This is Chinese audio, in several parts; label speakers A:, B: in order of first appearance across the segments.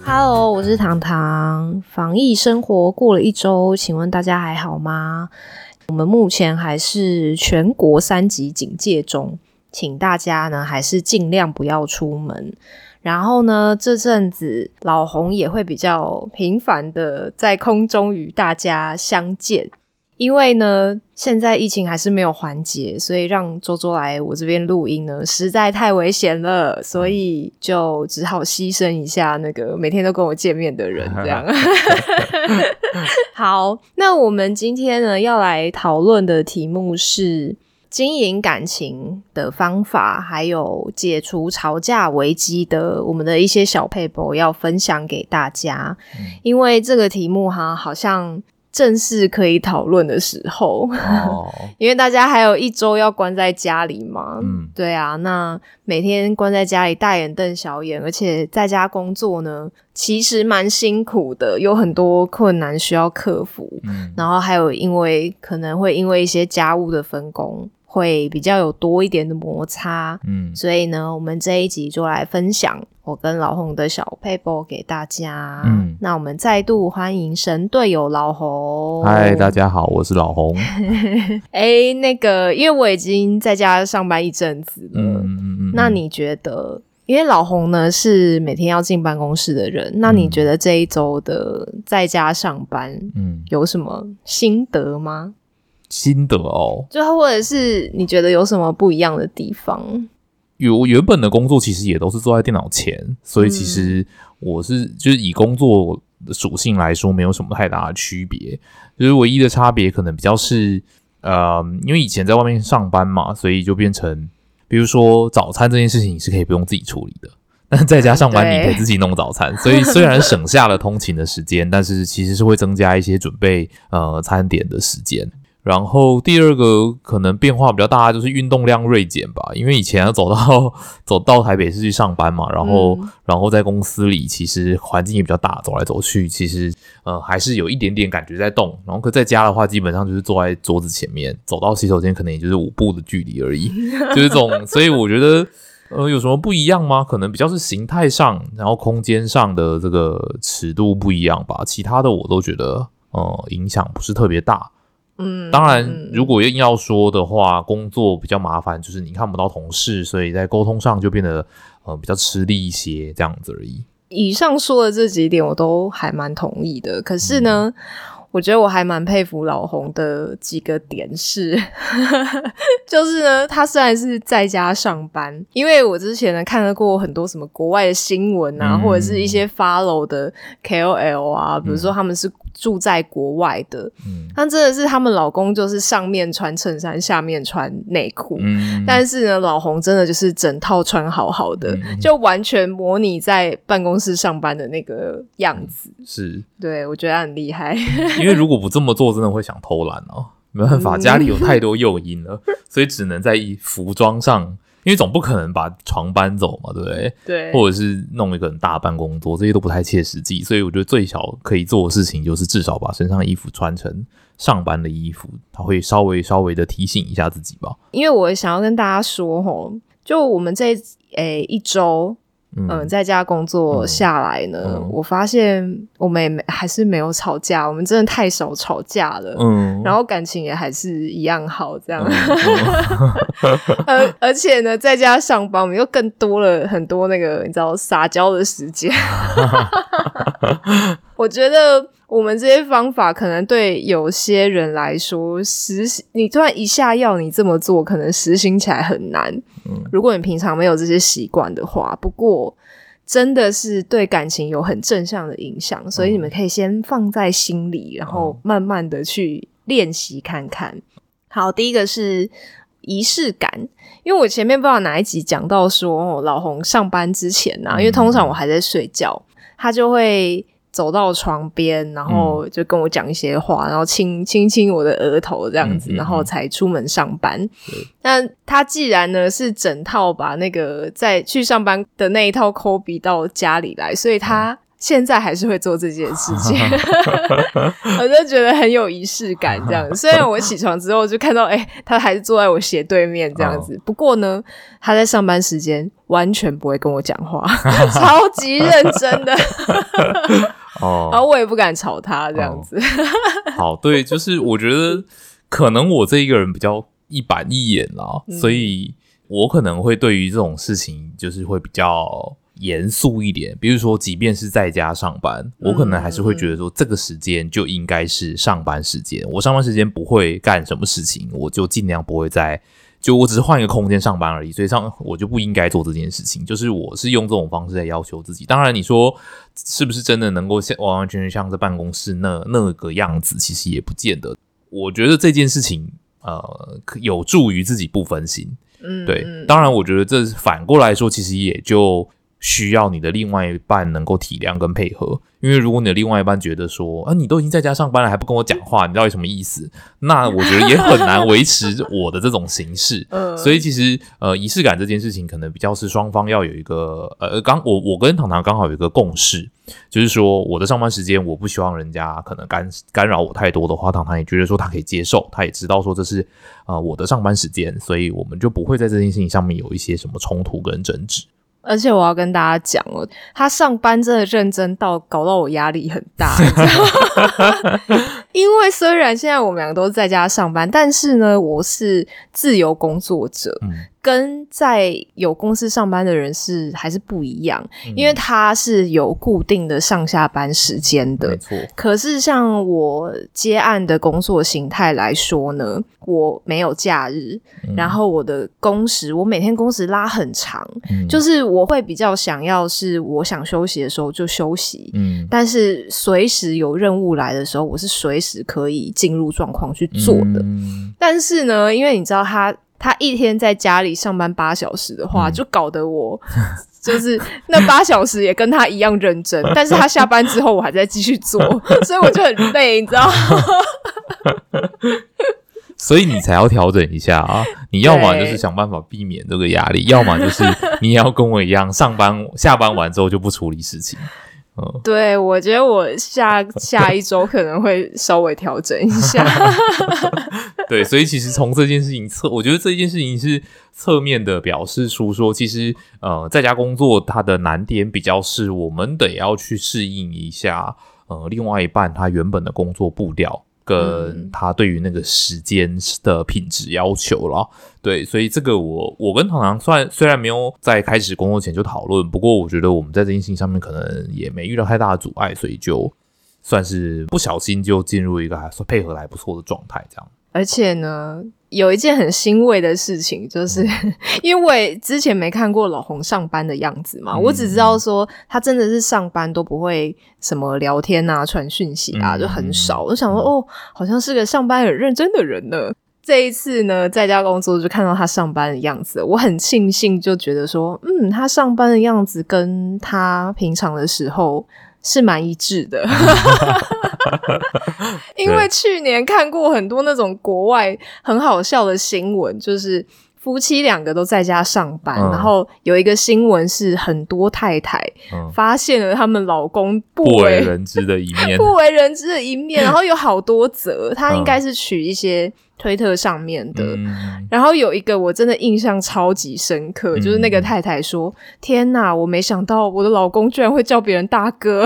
A: Hello， 我是糖糖。防疫生活过了1周，请问大家还好吗？我们目前还是全国3级警戒中，请大家呢还是尽量不要出门。然后呢，这阵子老洪也会比较频繁的在空中与大家相见。因为呢现在疫情还是没有缓解，所以让周周来我这边录音呢实在太危险了，所以就只好牺牲一下那个每天都跟我见面的人这样好，那我们今天呢要来讨论的题目是经营感情的方法，还有解除吵架危机的我们的一些小撇步要分享给大家。因为这个题目好像正是可以讨论的时候因为大家还有1周要关在家里嘛。对啊，那每天关在家里大眼瞪小眼，而且在家工作呢其实蛮辛苦的，有很多困难需要克服。然后还有可能会因为一些家务的分工会比较有多一点的摩擦。所以呢我们这一集就来分享我跟老洪的小撇步给大家。那我们再度欢迎神队友老洪。
B: 嗨，大家好，我是老洪
A: 因为我已经在家上班一阵子了。那你觉得，因为老洪呢是每天要进办公室的人，那你觉得这一周的在家上班有什么心得吗？
B: 心得哦，
A: 就或者是你觉得有什么不一样的地方？
B: 我原本的工作其实也都是坐在电脑前，所以其实我就是以工作的属性来说没有什么太大的区别，就是唯一的差别可能比较是因为以前在外面上班嘛，所以就变成比如说早餐这件事情你是可以不用自己处理的，但是在家上班你可以自己弄早餐，所以虽然省下了通勤的时间，但是其实是会增加一些准备餐点的时间。然后第二个可能变化比较大就是运动量锐减吧，因为以前要走到台北市去上班嘛，然后在公司里其实环境也比较大，走来走去其实还是有一点点感觉在动，然后可在家的话基本上就是坐在桌子前面，走到洗手间可能也就是5步的距离而已就是这种，所以我觉得有什么不一样吗？可能比较是形态上，然后空间上的这个尺度不一样吧，其他的我都觉得影响不是特别大。当然如果硬要说的话，工作比较麻烦，就是你看不到同事，所以在沟通上就变得比较吃力一些这样子而已。
A: 以上说的这几点我都还蛮同意的，可是呢我觉得我还蛮佩服老洪的几个点是就是呢他虽然是在家上班，因为我之前呢看到过很多什么国外的新闻啊，或者是一些 follow 的 KOL 啊，比如说他们是住在国外的，但真的是他们老公就是上面穿衬衫下面穿内裤，但是呢老洪真的就是整套穿好好的，就完全模拟在办公室上班的那个样子。是，对，我觉得他很厉害
B: 因为如果不这么做真的会想偷懒没办法，家里有太多诱因了所以只能在服装上，因为总不可能把床搬走嘛，对不对？对，或者是弄一个很大办公桌，这些都不太切实际，所以我觉得最小可以做的事情就是至少把身上的衣服穿成上班的衣服，他会稍微的提醒一下自己吧。
A: 因为我想要跟大家说就我们这1周在家工作下来呢我发现我们也还是没有吵架，我们真的太少吵架了然后感情也还是一样好这样而且呢在家上班我们又更多了很多那个你知道撒娇的时间我觉得我们这些方法可能对有些人来说你突然一下要你这么做可能实行起来很难如果你平常没有这些习惯的话，不过真的是对感情有很正向的影响，所以你们可以先放在心里然后慢慢的去练习看看。好，第一个是仪式感，因为我前面不知道哪一集讲到说老洪上班之前因为通常我还在睡觉，他就会走到床边然后就跟我讲一些话，然后亲我的额头这样子然后才出门上班。那他既然呢是整套把那个在去上班的那一套 copy 到家里来，所以他现在还是会做这件事情我就觉得很有仪式感这样子。虽然我起床之后就看到他还是坐在我斜对面这样子，不过呢他在上班时间完全不会跟我讲话超级认真的然后我也不敢吵他这样子
B: 好，对，就是我觉得可能我这一个人比较一板一眼啦，所以我可能会对于这种事情就是会比较严肃一点。比如说即便是在家上班，我可能还是会觉得说这个时间就应该是上班时间，我上班时间不会干什么事情，我就尽量不会就我只是换一个空间上班而已，所以我就不应该做这件事情。就是我是用这种方式在要求自己。当然你说是不是真的能够完完全全像在办公室那个样子，其实也不见得。我觉得这件事情有助于自己不分心。对，当然我觉得这反过来说其实也就需要你的另外一半能够体谅跟配合。因为如果你的另外一半觉得说你都已经在家上班了还不跟我讲话，你到底什么意思，那我觉得也很难维持我的这种形式所以其实仪式感这件事情可能比较是双方要有一个我跟糖糖刚好有一个共识，就是说我的上班时间我不希望人家可能干扰我太多的话，糖糖也觉得说他可以接受，他也知道说这是我的上班时间，所以我们就不会在这件事情上面有一些什么冲突跟争执。
A: 而且我要跟大家讲他上班真的认真到搞到我压力很大你知道吗因为虽然现在我们两个都是在家上班，但是呢我是自由工作者跟在有公司上班的人还是不一样因为他是有固定的上下班时间的，
B: 没错。
A: 可是像我接案的工作形态来说呢，我没有假日然后我的工时我每天工时拉很长就是我会比较想要是我想休息的时候就休息但是随时有任务来的时候我是随时可以进入状况去做的但是呢因为你知道他一天在家里上班8小时的话就搞得我就是那8小时也跟他一样认真但是他下班之后我还在继续做所以我就很累你知道
B: 所以你才要调整一下你要么就是想办法避免这个压力，要么就是你也要跟我一样下班完之后就不处理事情
A: 对，我觉得我下一周可能会稍微调整一下
B: 对，所以其实从这件事情我觉得这件事情是侧面的表示出说其实在家工作它的难点比较是我们得要去适应一下另外一半他原本的工作步调跟他对于那个时间的品质要求啦对，所以这个我跟糖糖虽然没有在开始工作前就讨论，不过我觉得我们在这件事情上面可能也没遇到太大的阻碍，所以就算是不小心就进入一个还算配合还不错的状态这样。
A: 而且呢有一件很欣慰的事情就是因为我之前没看过老洪上班的样子嘛我只知道说他真的是上班都不会什么聊天啊传讯息啊就很少我就想说好像是个上班很认真的人呢。这一次呢在家工作就看到他上班的样子我很庆幸就觉得说他上班的样子跟他平常的时候是蛮一致的因为去年看过很多那种国外很好笑的新闻就是夫妻2个都在家上班然后有一个新闻是很多太太发现了他们老公不为人知的一面然后有好多则他应该是取一些推特上面的然后有一个我真的印象超级深刻就是那个太太说天哪我没想到我的老公居然会叫别人大哥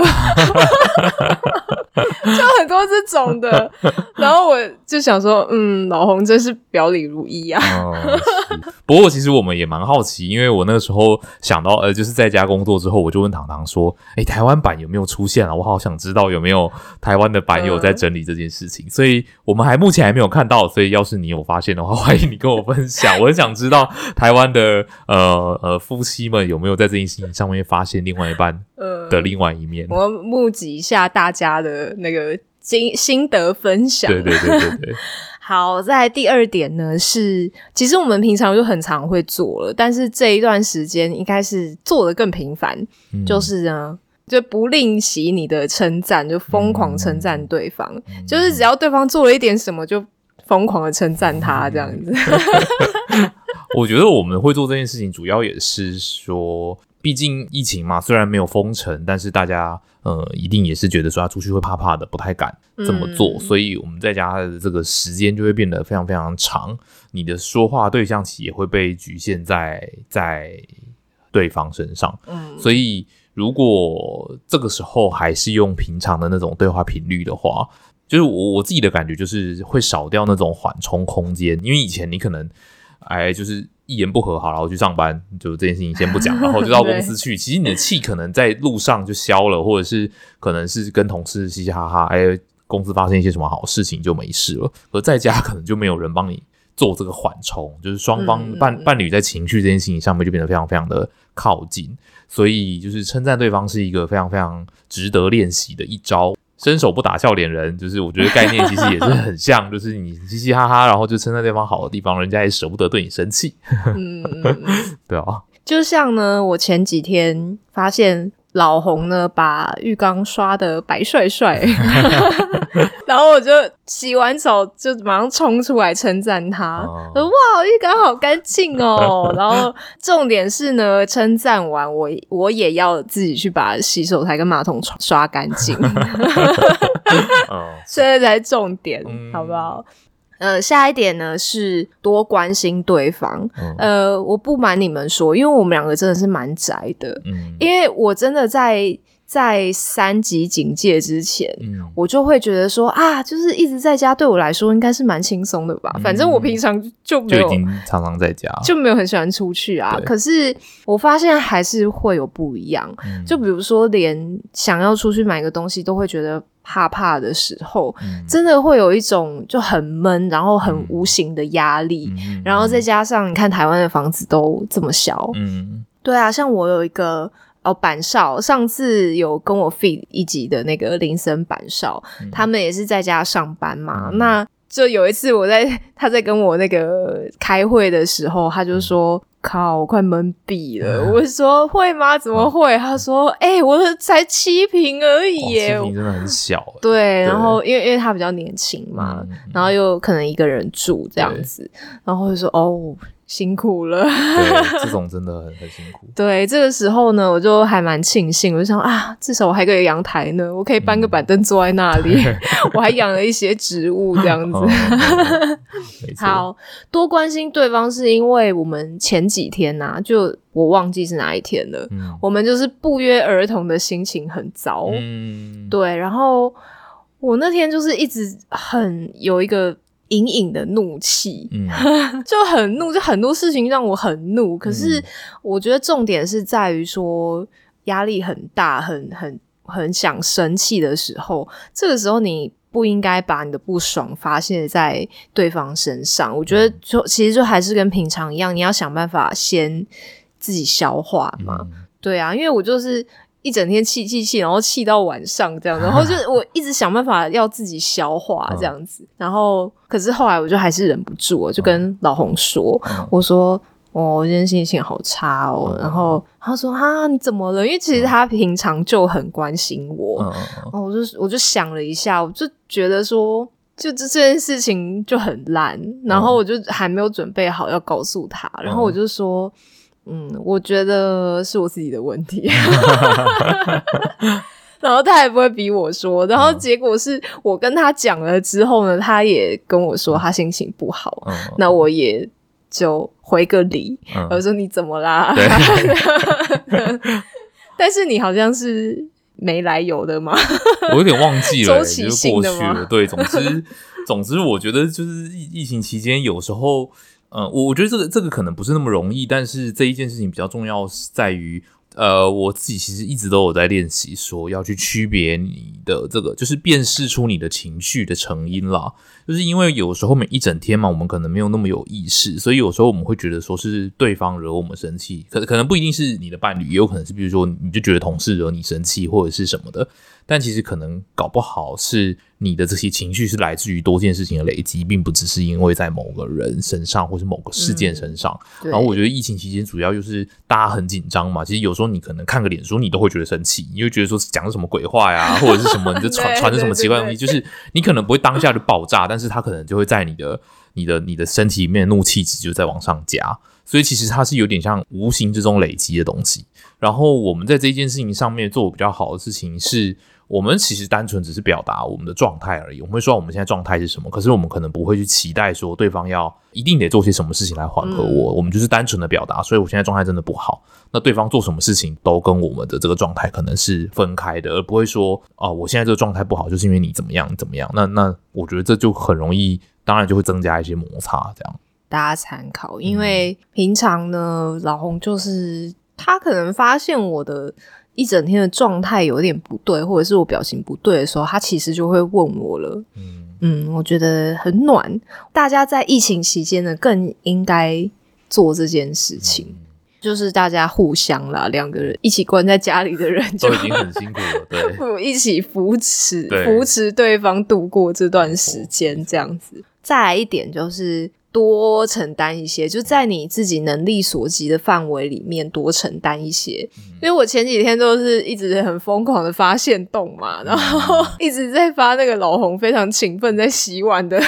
A: 就很多这种的然后我就想说老洪真是表里如一啊
B: 不过其实我们也蛮好奇因为我那个时候想到就是在家工作之后我就问糖糖说台湾版有没有出现我好想知道有没有台湾的版友在整理这件事情所以我们目前还没有看到所以要是你有发现的话欢迎你跟我分享我很想知道台湾的夫妻们有没有在这件事情上面发现另外一半的另外一面
A: 我募集一下大家的那个心得分享
B: 对
A: 好在第2点呢是其实我们平常就很常会做了但是这一段时间应该是做得更频繁就是呢就不吝惜你的称赞就疯狂称赞对方就是只要对方做了一点什么就疯狂的称赞他这样子
B: 我觉得我们会做这件事情主要也是说毕竟疫情嘛，虽然没有封城，但是大家一定也是觉得说他出去会怕怕的，不太敢这么做，所以我们在家的这个时间就会变得非常非常长，你的说话对象其实也会被局限在对方身上，所以如果这个时候还是用平常的那种对话频率的话，就是我自己的感觉就是会少掉那种缓冲空间，因为以前你可能就是一言不合好了，我去上班，就这件事情先不讲，然后就到公司去其实你的气可能在路上就消了，或者是可能是跟同事嘻嘻哈哈，公司发生一些什么好事情就没事了，而在家可能就没有人帮你做这个缓冲，就是双方伴侣在情绪这件事情上面就变得非常非常的靠近，所以就是称赞对方是一个非常非常值得练习的一招。伸手不打笑脸人，就是我觉得概念其实也是很像，就是你嘻嘻哈哈，然后就称赞对方好的地方，人家也舍不得对你生气。对啊，
A: 就像呢，我前几天发现老洪呢把浴缸刷得白帅帅然后我就洗完手就马上冲出来称赞他，说哇浴缸好干净哦然后重点是呢，称赞完我也要自己去把洗手台跟马桶刷干净这才重点好不好？下一点呢是多关心对方。我不瞒你们说，因为我们两个真的是蛮宅的，因为我真的在3级警戒之前，我就会觉得说啊，就是一直在家对我来说应该是蛮轻松的吧，反正我平常就没有，
B: 就已经常常在家，
A: 就没有很喜欢出去啊。可是我发现还是会有不一样，就比如说连想要出去买个东西都会觉得怕怕的时候，真的会有一种就很闷，然后很无形的压力，然后再加上你看台湾的房子都这么小，对啊，像我有一个板少，上次有跟我 feed 一集的那个林森板少，他们也是在家上班嘛，那就有一次他在跟我那个开会的时候，他就说靠我快闷毙了我说会吗？怎么会？他说我才7坪而已耶
B: 7坪真的很小
A: 对，然后因为他比较年轻嘛，然后又可能一个人住这样子，然后就说辛苦了
B: 对，这种真的很辛苦
A: 对，这个时候呢我就还蛮庆幸，我就想啊，至少我还有个阳台呢，我可以搬个板凳坐在那里我还养了一些植物这样子好，多关心对方是因为我们前几天啊，就我忘记是哪一天了，我们就是不约而同的心情很糟对，然后我那天就是一直很有一个隐隐的怒气就很怒，就很多事情让我很怒，可是我觉得重点是在于说压力很大，很想生气的时候，这个时候你不应该把你的不爽发泄在对方身上，我觉得其实就还是跟平常一样，你要想办法先自己消化嘛对啊，因为我就是一整天气，然后气到晚上这样，然后就我一直想办法要自己消化这样子，然后可是后来我就还是忍不住，我就跟老洪说，我说我今天心情好差然后他说哈你怎么了？因为其实他平常就很关心我然后我就想了一下，我就觉得说就这件事情就很烂，然后我就还没有准备好要告诉他，然后我就说我觉得是我自己的问题然后他也不会逼我说，然后结果是我跟他讲了之后呢，他也跟我说他心情不好那我也就回个礼我说你怎么啦但是你好像是没来由的吗
B: 我有点忘记了
A: 周期性的吗？
B: 就过去了对，总之我觉得就是疫情期间有时候我觉得这个可能不是那么容易，但是这一件事情比较重要是在于我自己其实一直都有在练习说要去区别你的这个就是辨识出你的情绪的成因啦，就是因为有时候每一整天嘛我们可能没有那么有意识，所以有时候我们会觉得说是对方惹我们生气，可能不一定是你的伴侣，也有可能是比如说你就觉得同事惹你生气或者是什么的，但其实可能搞不好是你的这些情绪是来自于多件事情的累积，并不只是因为在某个人身上或是某个事件身上然后我觉得疫情期间主要就是大家很紧张嘛，其实有时候你可能看个脸书你都会觉得生气，你会觉得说讲的什么鬼话呀或者是什么你就传的什么奇怪的东西就是你可能不会当下就爆炸，但是它可能就会在你的身体里面的怒气值就在往上加， 所以其实它是有点像无形之中累积的东西。然后我们在这件事情上面做得比较好的事情是，我们其实单纯只是表达我们的状态而已，我们会说我们现在状态是什么，可是我们可能不会去期待说对方要一定得做些什么事情来缓和我，我们就是单纯的表达，所以我现在状态真的不好，那对方做什么事情都跟我们的这个状态可能是分开的，而不会说我现在这个状态不好就是因为你怎么样怎么样，那我觉得这就很容易，当然就会增加一些摩擦这样。
A: 大家参考，因为平常呢，老洪就是他可能发现我的一整天的状态有点不对，或者是我表情不对的时候，他其实就会问我了。我觉得很暖。大家在疫情期间呢，更应该做这件事情。就是大家互相啦，两个人一起关在家里的人就
B: 都已经很辛苦了，对，
A: 一起扶持对方度过这段时间，这样子。再来一点就是多承担一些，就在你自己能力所及的范围里面多承担一些。因为我前几天都是一直很疯狂的发限动嘛，然后一直在发那个老洪非常勤奋在洗碗的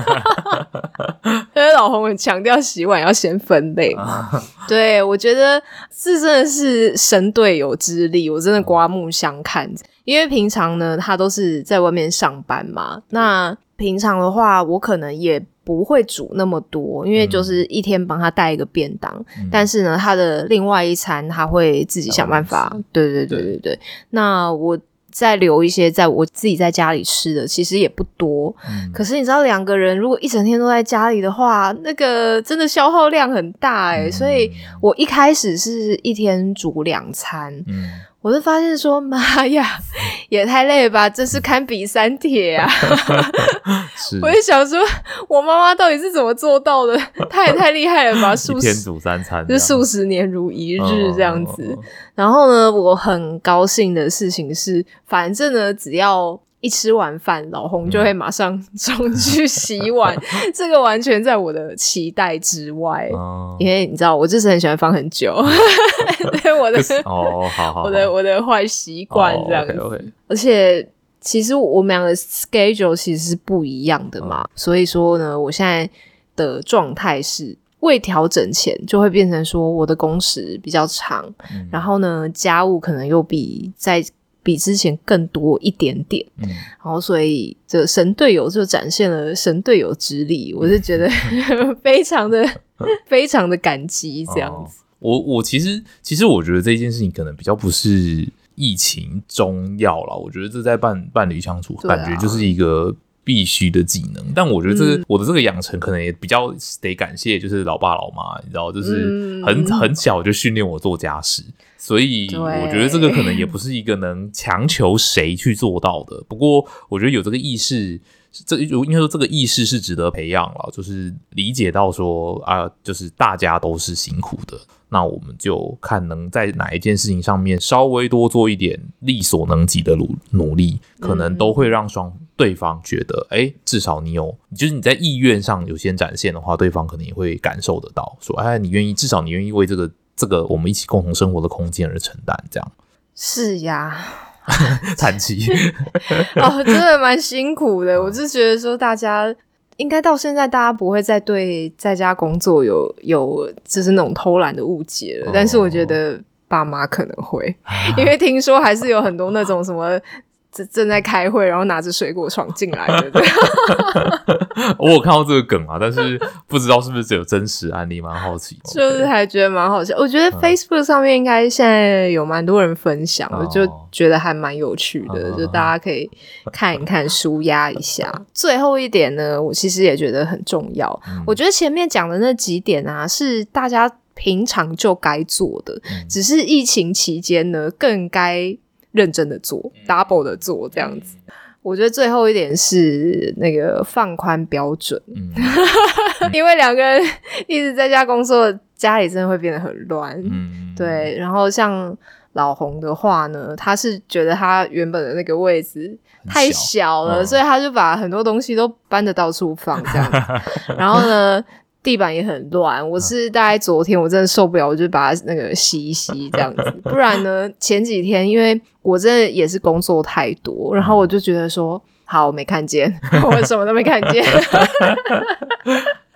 A: 因为老洪很强调洗碗要先分类嘛对，我觉得这真的是神队友之力，我真的刮目相看。因为平常呢他都是在外面上班嘛，那平常的话我可能也不会煮那么多，因为就是一天帮他带一个便当，但是呢他的另外一餐他会自己想办法，对，那我再留一些在我自己在家里吃的其实也不多，可是你知道两个人如果一整天都在家里的话，那个真的消耗量很大所以我一开始是一天煮2餐，我就发现说妈呀也太累了吧，这是堪比3铁啊我就想说我妈妈到底是怎么做到的，她也太厉害了吧
B: 一天煮3餐
A: 就数十年如一日这样子然后呢我很高兴的事情是，反正呢只要一吃完饭老洪就会马上冲去洗碗这个完全在我的期待之外因为你知道我就是很喜欢放很久对我的
B: 好
A: 我的坏习惯这样子
B: okay.
A: 而且其实我们两个 schedule 其实是不一样的嘛所以说呢我现在的状态是未调整前就会变成说我的工时比较长然后呢家务可能又比之前更多一点点然后所以这神队友就展现了神队友之力我是觉得非常的感激这样子
B: 我其实我觉得这件事情可能比较不是疫情中要啦，我觉得这在伴侣相处感觉就是一个必须的技能，但我觉得我的这个养成可能也比较得感谢就是老爸老妈，你知道就是很小就训练我做家事，所以我觉得这个可能也不是一个能强求谁去做到的，不过我觉得有这个意识应该说这个意识是值得培养啦，就是理解到说就是大家都是辛苦的，那我们就看能在哪一件事情上面稍微多做一点力所能及的努力，可能都会让对方觉得至少就是你在意愿上有先展现的话，对方可能也会感受得到说至少你愿意为这个我们一起共同生活的空间而承担这样。
A: 是呀
B: 叹气
A: 真的蛮辛苦的我就觉得说大家应该到现在大家不会再对在家工作有就是那种偷懒的误解了但是我觉得爸妈可能会因为听说还是有很多那种什么正在开会然后拿着水果闯进来的对
B: 我有看到这个梗但是不知道是不是只有真实案例，蛮好奇
A: 就是还觉得蛮好笑我觉得 Facebook 上面应该现在有蛮多人分享我就觉得还蛮有趣的就大家可以看一看抒压一下最后一点呢我其实也觉得很重要我觉得前面讲的那几点是大家平常就该做的只是疫情期间呢更该认真的做 double 的做这样子我觉得最后一点是那个放宽标准因为两个人一直在家工作家里真的会变得很乱对然后像老洪的话呢他是觉得他原本的那个位置太小了所以他就把很多东西都搬得到处放这样子然后呢地板也很乱我是大概昨天我真的受不了我就把它那个洗一洗这样子不然呢前几天因为我真的也是工作太多然后我就觉得说好我没看见我什么都没看见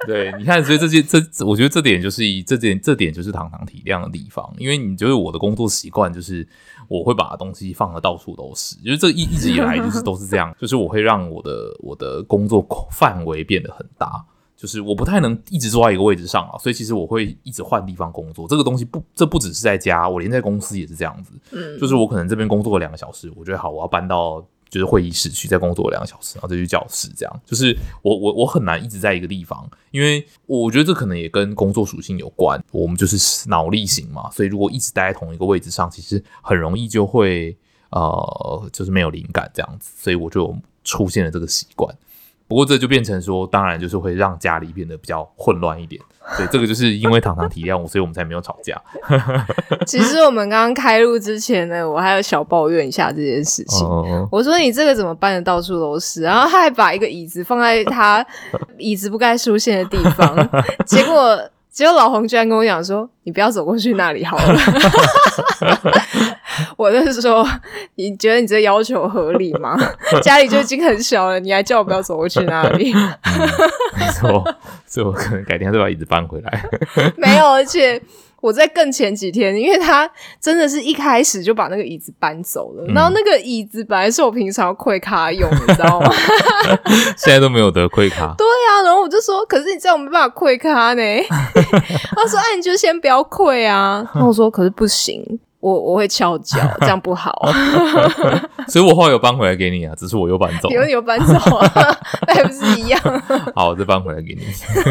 B: 对，你看，所以我觉得这点就是堂堂体谅的地方，因为你就是我的工作习惯，就是我会把东西放得到处都是，就是这一直以来就是都是这样，就是我会让我的工作范围变得很大，就是我不太能一直坐在一个位置上啊，所以其实我会一直换地方工作。这个东西不只是在家，我连在公司也是这样子，就是我可能这边工作了2个小时，我觉得好，我要搬到就是会议室去再工作2个小时，然后再去教室，这样就是我很难一直在一个地方，因为我觉得这可能也跟工作属性有关，我们就是脑力型嘛，所以如果一直待在同一个位置上，其实很容易就会就是没有灵感这样子，所以我就出现了这个习惯。不过这就变成说，当然就是会让家里变得比较混乱一点。对，这个就是因为堂堂体谅我，所以我们才没有吵架。
A: 其实我们刚刚开录之前呢，我还有小抱怨一下这件事情。我说你这个怎么搬得到处都是？然后他还把一个椅子放在他椅子不该出现的地方，结果老洪居然跟我讲说：“你不要走过去那里好了。”我就说：“你觉得你这要求合理吗？家里就已经很小了，你还叫我不要走过去那里？”
B: 没错，所以我可能改天再把椅子搬回来。
A: 没有，而且我在更前几天，因为他真的是一开始就把那个椅子搬走了，然后那个椅子本来是我平常跪咖用，你知道吗？
B: 现在都没有得跪咖。
A: 对啊，然后我就说，可是你这样没办法跪咖呢。他说：“你就先不要跪啊。”然后我说：“可是不行，我会翘脚，这样不好。”
B: 所以我后来有搬回来给你啊，只是我又搬走。
A: 你又搬走啊？那还不是一样？
B: 好，我再搬回来给你。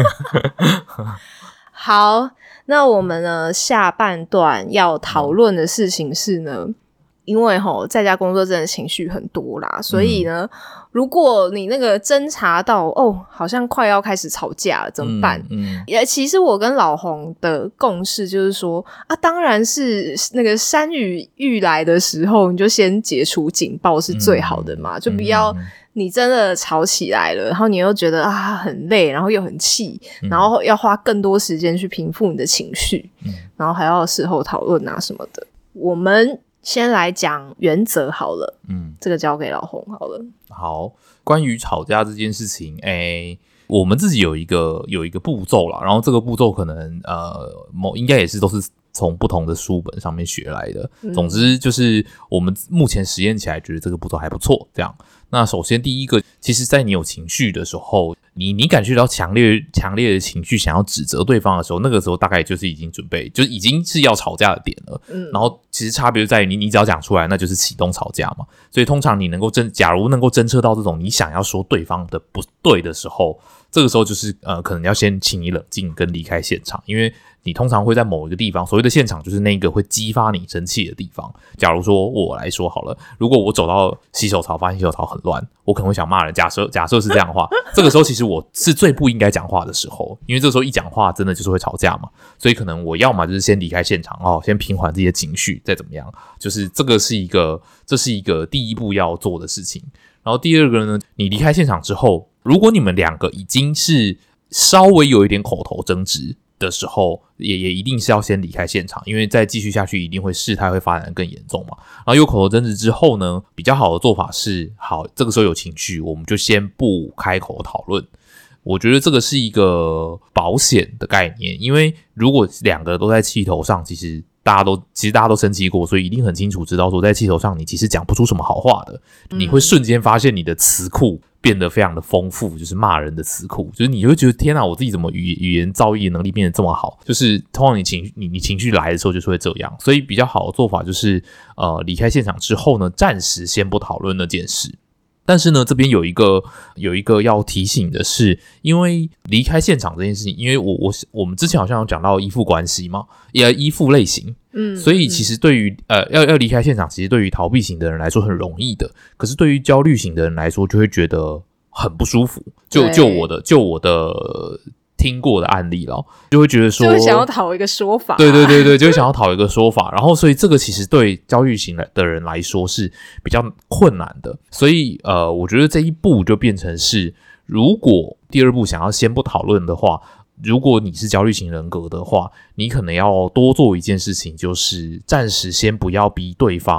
A: 好，那我们呢下半段要讨论的事情是呢，因为在家工作真的情绪很多啦，所以呢，如果你那个侦查到好像快要开始吵架了，怎么办？也其实我跟老洪的共识就是说啊，当然是那个山雨欲来的时候，你就先解除警报是最好的嘛，就不要你真的吵起来了，然后你又觉得啊很累，然后又很气，然后要花更多时间去平复你的情绪，然后还要事后讨论啊什么的。我们先来讲原则好了，这个交给老洪好了。
B: 好，关于吵架这件事情，我们自己有一个步骤啦，然后这个步骤可能应该也是都是从不同的书本上面学来的。总之就是我们目前实验起来觉得这个步骤还不错，这样。那首先第一个，其实在你有情绪的时候，你感觉到强烈的情绪想要指责对方的时候，那个时候大概就是已经准备，就是已经是要吵架的点了。然后其实差别就在于你只要讲出来，那就是启动吵架嘛。所以通常你假如能够侦测到这种你想要说对方的不对的时候，这个时候就是可能要先请你冷静跟离开现场，因为你通常会在某一个地方，所谓的现场就是那个会激发你生气的地方。假如说我来说好了，如果我走到洗手槽发现洗手槽很乱，我可能会想骂人，假设是这样的话，这个时候其实我是最不应该讲话的时候，因为这时候一讲话真的就是会吵架嘛，所以可能我要嘛就是先离开现场先平缓自己的情绪，再怎么样，就是这是一个第一步要做的事情。然后第二个呢，你离开现场之后，如果你们两个已经是稍微有一点口头争执的时候，也一定是要先离开现场，因为再继续下去一定会事态会发展得更严重嘛。然后有口头争执之后呢，比较好的做法是，好，这个时候有情绪，我们就先不开口讨论。我觉得这个是一个保险的概念，因为如果两个都在气头上，其实大家都生气过，所以一定很清楚知道说，在气头上你其实讲不出什么好话的，你会瞬间发现你的词库变得非常的丰富，就是骂人的词库，就是你会觉得天哪，我自己怎么语言造诣的能力变得这么好？就是通常你情绪来的时候就是会这样，所以比较好的做法就是离开现场之后呢，暂时先不讨论那件事。但是呢，这边有一个要提醒的是，因为离开现场这件事情，因为我们之前好像有讲到依附关系嘛，依附类型，所以其实对于要离开现场，其实对于逃避型的人来说很容易的，可是对于焦虑型的人来说，就会觉得很不舒服。就我的听过的案例了，就会觉得说，就会
A: 想要讨一个说法，
B: 对，就会想要讨一个说法，然后所以这个其实对焦虑型的人来说是比较困难的，所以我觉得这一步就变成是，如果第二步想要先不讨论的话，如果你是焦虑型人格的话，你可能要多做一件事情，就是暂时先不要逼对方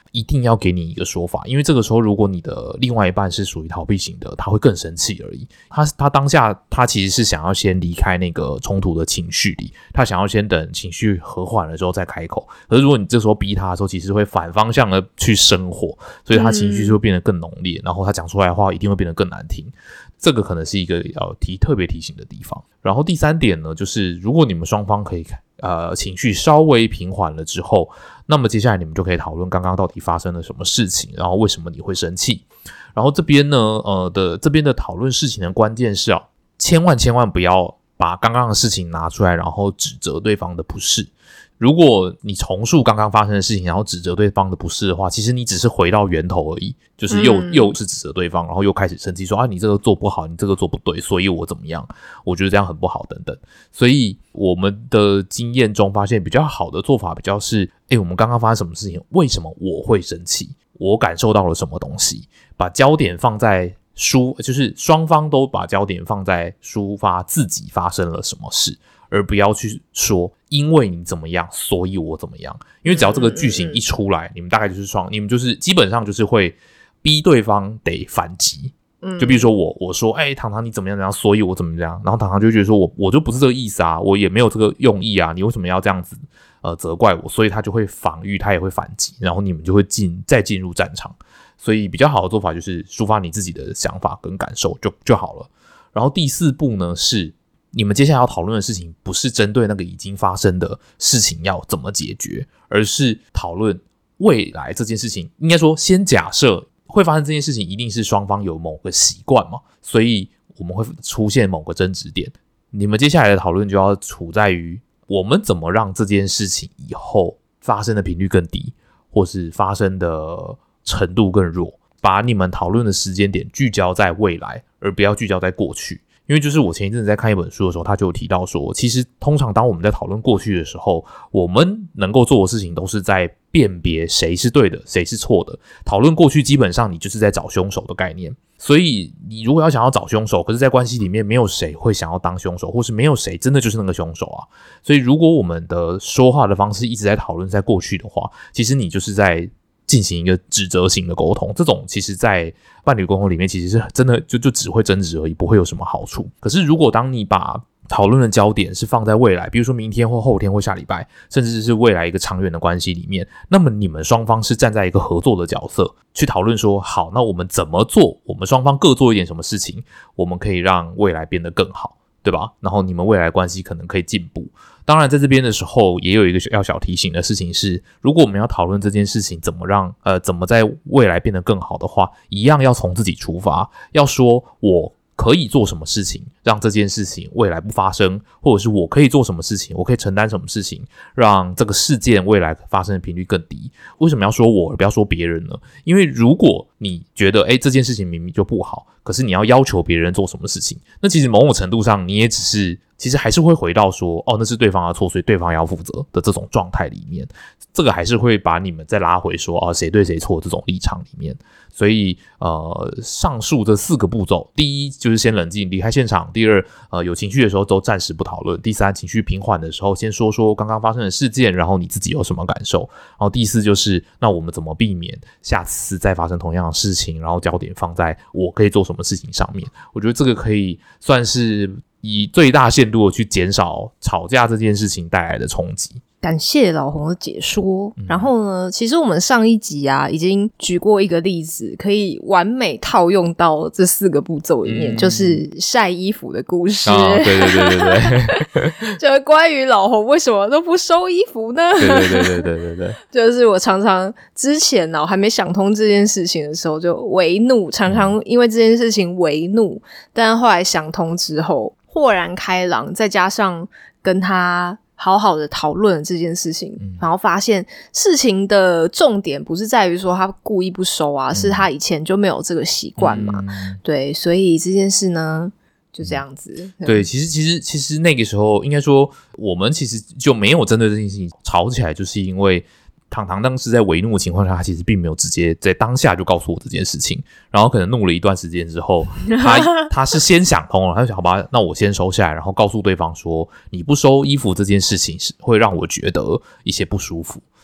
B: 一定要给你一个说法，因为这个时候如果你的另外一半是属于逃避型的，他会更生气而已。他当下他其实是想要先离开那个冲突的情绪里，他想要先等情绪和缓了之后再开口。可是如果你这时候逼他的时候，其实会反方向的去生火，所以他情绪就会变得更浓烈，然后他讲出来的话一定会变得更难听。这个可能是一个要特别提醒的地方。然后第3点呢，就是如果你们双方可以情绪稍微平缓了之后，那么接下来你们就可以讨论刚刚到底发生了什么事情，然后为什么你会生气。然后这边呢这边的讨论事情的关键是千万不要把刚刚的事情拿出来然后指责对方的不是。如果你重述刚刚发生的事情然后指责对方的不是的话，其实你只是回到源头而已，就是又是指责对方，然后又开始生气说你这个做不好，你这个做不对，所以我怎么样，我觉得这样很不好等等。所以我们的经验中发现比较好的做法比较是我们刚刚发生什么事情，为什么我会生气，我感受到了什么东西，把焦点放在就是双方都把焦点放在抒发自己发生了什么事，而不要去说因为你怎么样所以我怎么样。因为只要这个句型一出来，你们大概就是你们就是基本上就是会逼对方得反击。就比如说我说糖糖你怎么样怎样，所以我怎么样，然后糖糖就会觉得说我就不是这个意思啊，我也没有这个用意啊，你为什么要这样子责怪我，所以他就会防御，他也会反击，然后你们就会再进入战场。所以比较好的做法就是抒发你自己的想法跟感受就好了。然后第4步呢，是你们接下来要讨论的事情不是针对那个已经发生的事情要怎么解决，而是讨论未来这件事情。应该说先假设会发生这件事情一定是双方有某个习惯嘛，所以我们会出现某个争执点。你们接下来的讨论就要处在于我们怎么让这件事情以后发生的频率更低，或是发生的程度更弱，把你们讨论的时间点聚焦在未来，而不要聚焦在过去。因为就是我前一阵子在看一本书的时候，他就有提到说，其实通常当我们在讨论过去的时候，我们能够做的事情都是在辨别谁是对的谁是错的。讨论过去基本上你就是在找凶手的概念，所以你如果要想要找凶手，可是在关系里面没有谁会想要当凶手，或是没有谁真的就是那个凶手啊。所以如果我们的说话的方式一直在讨论在过去的话，其实你就是在进行一个指责型的沟通，这种其实在伴侣沟通里面其实是真的就只会争执而已，不会有什么好处。可是如果当你把讨论的焦点是放在未来，比如说明天或后天或下礼拜，甚至是未来一个长远的关系里面，那么你们双方是站在一个合作的角色去讨论说，好，那我们怎么做，我们双方各做一点什么事情，我们可以让未来变得更好，对吧？然后你们未来关系可能可以进步。当然在这边的时候也有一个要小提醒的事情是，如果我们要讨论这件事情怎么在未来变得更好的话，一样要从自己出发，要说我可以做什么事情让这件事情未来不发生，或者是我可以做什么事情，我可以承担什么事情让这个事件未来发生的频率更低。为什么要说我而不要说别人呢？因为如果你觉得这件事情明明就不好，可是你要求别人做什么事情，那其实某种程度上你也只是其实还是会回到说那是对方的错，所以对方要负责的这种状态里面，这个还是会把你们再拉回说谁对谁错这种立场里面。所以上述这4个步骤，第一就是先冷静离开现场，第二有情绪的时候都暂时不讨论，第三情绪平缓的时候先说说刚刚发生的事件，然后你自己有什么感受，然后第4就是那我们怎么避免下次再发生同样的事情，然后焦点放在我可以做什么事情上面。我觉得这个可以算是以最大限度的去减少吵架这件事情带来的冲击。
A: 感谢老洪的解说。然后呢，其实我们上一集已经举过一个例子，可以完美套用到这4个步骤里面，就是晒衣服的故事。
B: 对对对对对，
A: 就是关于老洪为什么都不收衣服呢？
B: 对对对对对对对，
A: 就是我常常之前还没想通这件事情的时候就为怒，常常因为这件事情为怒，但后来想通之后豁然开朗，再加上跟他好好的讨论这件事情，然后发现事情的重点不是在于说他故意不收是他以前就没有这个习惯嘛。对，所以这件事呢就这样子。
B: 对，其实那个时候应该说我们其实就没有针对这件事情吵起来，就是因为糖糖当时在为怒的情况下，他其实并没有直接在当下就告诉我这件事情，然后可能怒了一段时间之后，他是先想通了，他就想好吧，那我先收下来，然后告诉对方说，你不收衣服这件事情是会让我觉得一些不舒服。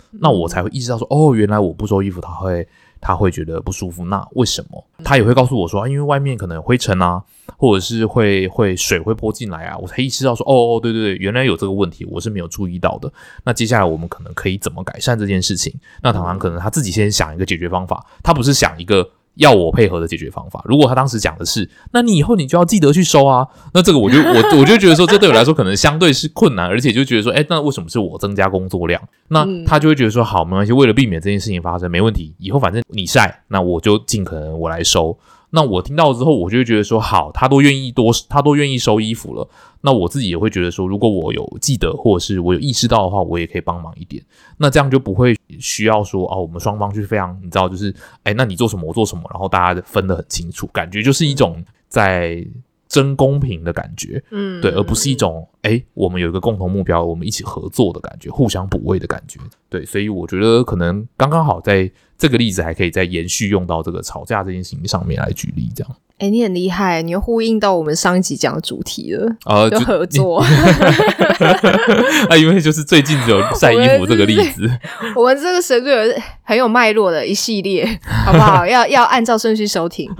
B: 那我才会意识到说，哦，原来我不收衣服他会觉得不舒服，那为什么？他也会告诉我说，因为外面可能有灰尘啊，或者是会水会泼进来啊，我才意识到说，哦，对对对，原来有这个问题，我是没有注意到的。那接下来我们可能可以怎么改善这件事情？那唐唐可能他自己先想一个解决方法，他不是想一个要我配合的解决方法。如果他当时讲的是，那你以后你就要记得去收啊，那这个我就觉得说，这对我来说可能相对是困难，而且就觉得说，那为什么是我增加工作量？那他就会觉得说，好，没关系，为了避免这件事情发生，没问题，以后反正你晒，那我就尽可能我来收。那我听到之后，我就会觉得说，好，他都愿意收衣服了，那我自己也会觉得说，如果我有记得或者是我有意识到的话，我也可以帮忙一点。那这样就不会需要说，我们双方去非常，你知道，就是，那你做什么，我做什么，然后大家分得很清楚，感觉就是一种在争公平的感觉，对，而不是一种我们有一个共同目标，我们一起合作的感觉，互相补位的感觉，对，所以我觉得可能刚刚好在这个例子还可以再延续用到这个吵架这件事情上面来举例，这样。
A: 你很厉害，你又呼应到我们上一集讲的主题了，就合作。
B: 因为就是最近只有晒衣服这个例子，
A: 我们这个神队很有脉络的一系列，好不好？要按照顺序收听。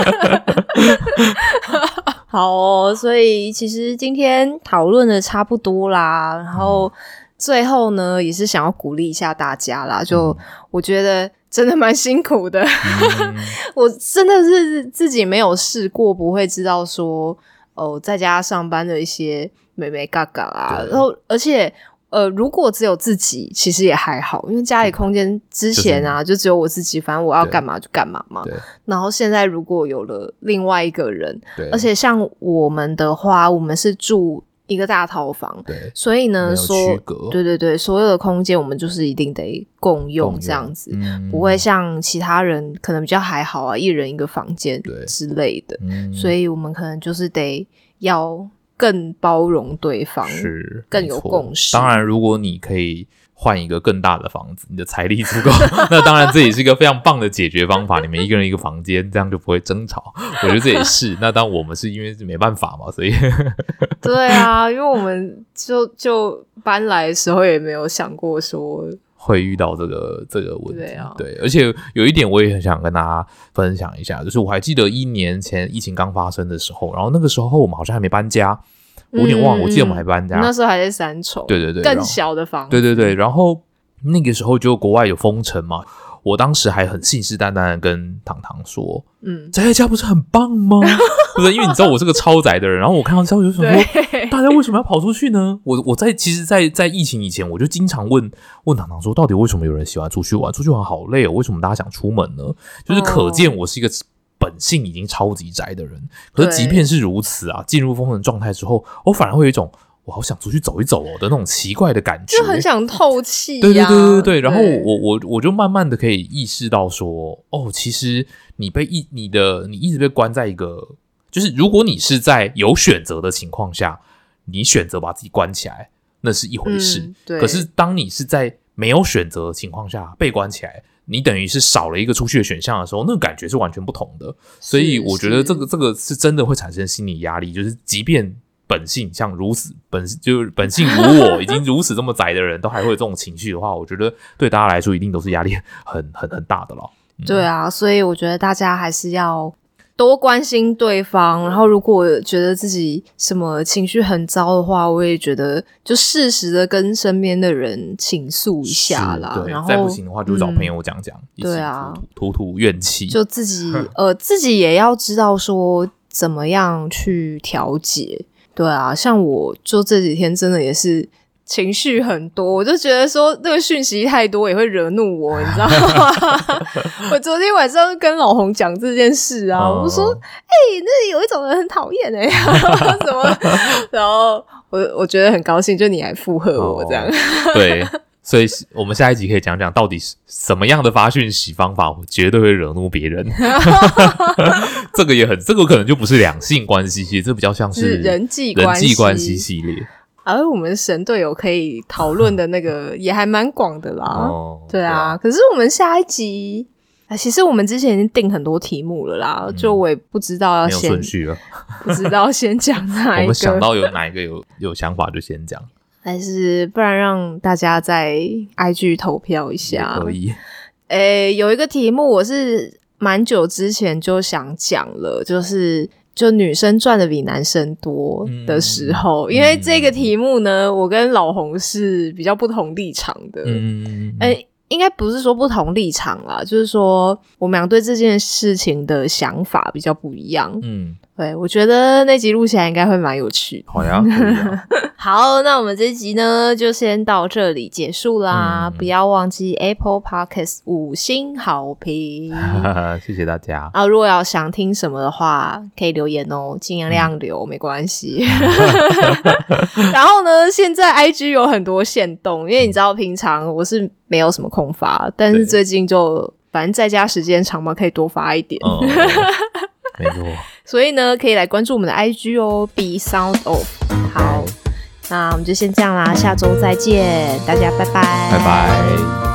A: 好哦，所以其实今天讨论的差不多啦，然后最后呢，也是想要鼓励一下大家啦，就我觉得真的蛮辛苦的，我真的是自己没有试过，不会知道说在家上班的一些美眉嘎嘎啊，然后而且如果只有自己其实也还好，因为家里空间之前啊就只有我自己，反正我要干嘛就干嘛嘛。然后现在如果有了另外一个人，而且像我们的话，我们是住一个大套房，对，所以呢对对对，所有的空间我们就是一定得共用这样子，不会像其他人可能比较还好啊，一人一个房间之类的，所以我们可能就是得要更包容对方，是更有共识。
B: 当然如果你可以换一个更大的房子，你的财力足够那当然这也是一个非常棒的解决方法，你们一个人一个房间，这样就不会争吵，我觉得这也是那当我们是因为是没办法嘛，所以
A: 对啊，因为我们就搬来的时候也没有想过说
B: 会遇到这个问题，对，而且有一点我也很想跟大家分享一下，就是我还记得1年前疫情刚发生的时候，然后那个时候我们好像还没搬家，我有点忘了，我记得我们还搬家，
A: 那时候还在3重，
B: 对对对，
A: 更小的房子，
B: 对对对，然后那个时候就国外有封城嘛，我当时还很信誓旦旦的跟糖糖说，宅在家不是很棒吗？对不对？因为你知道我是个超宅的人，然后我看到消息就想说，大家为什么要跑出去呢？我其实在疫情以前，我就经常问糖糖说，到底为什么有人喜欢出去玩？出去玩好累哦，为什么大家想出门呢？就是可见我是一个本性已经超级宅的人，可是即便是如此啊，进入封城状态之后，我反而会有一种我好想出去走一走的那种奇怪的感觉，
A: 就很想透气啊。
B: 对对对对对，然后我就慢慢的可以意识到说，其实你一直被关在一个，就是如果你是在有选择的情况下，你选择把自己关起来，那是一回事。可是当你是在没有选择的情况下被关起来，你等于是少了一个出去的选项的时候，那个感觉是完全不同的。所以我觉得这个是真的会产生心理压力，就是即便本性像如此就是本性如我已经如此这么宅的人都还会有这种情绪的话，我觉得对大家来说一定都是压力很大的了。
A: 对啊，所以我觉得大家还是要多关心对方，然后如果觉得自己什么情绪很糟的话，我也觉得就适时的跟身边的人倾诉一下啦，
B: 对，
A: 然后
B: 再不行的话就找朋友讲，
A: 对啊，
B: 吐怨气，
A: 就自己也要知道说怎么样去调节。对啊，像我就这几天真的也是情绪很多，我就觉得说那个讯息太多也会惹怒我，你知道吗？我昨天晚上跟老洪讲这件事啊，我就说那有一种人很讨厌什么，然后我觉得很高兴，就你来附和我这样。
B: 对，所以我们下一集可以讲讲到底什么样的发讯息方法绝对会惹怒别人。这个可能就不是两性关系系列，这比较像是
A: 人际
B: 关系系列。
A: 而我们神队友可以讨论的那个也还蛮广的啦。对啊，可是我们下一集其实我们之前已经定很多题目了啦，就我也不知道要先
B: 没有顺序了，
A: 不知道先讲哪一个。
B: 我们想到有哪一个有想法就先讲。
A: 还是不然让大家在 IG 投票一下
B: 也可以。
A: 有一个题目我是蛮久之前就想讲了，就女生赚的比男生多的时候，因为这个题目呢，我跟老洪是比较不同立场的。应该不是说不同立场啦，就是说我们俩对这件事情的想法比较不一样。对，我觉得那集录起来应该会蛮有趣的。
B: 好呀，可以啊。
A: 好，那我们这集呢就先到这里结束啦。不要忘记 Apple Podcast 5星好评。
B: 谢谢大家。
A: 如果要想听什么的话，可以留言哦，尽量留，没关系。然后呢，现在 IG 有很多限动，因为你知道平常我是没有什么空发，但是最近就反正在家时间长嘛，可以多发一点。
B: 没错。
A: 所以呢，可以来关注我们的 IG 哦 ，Be Sound Off。好，那我们就先这样啦，下周再见，大家拜拜，
B: 拜拜。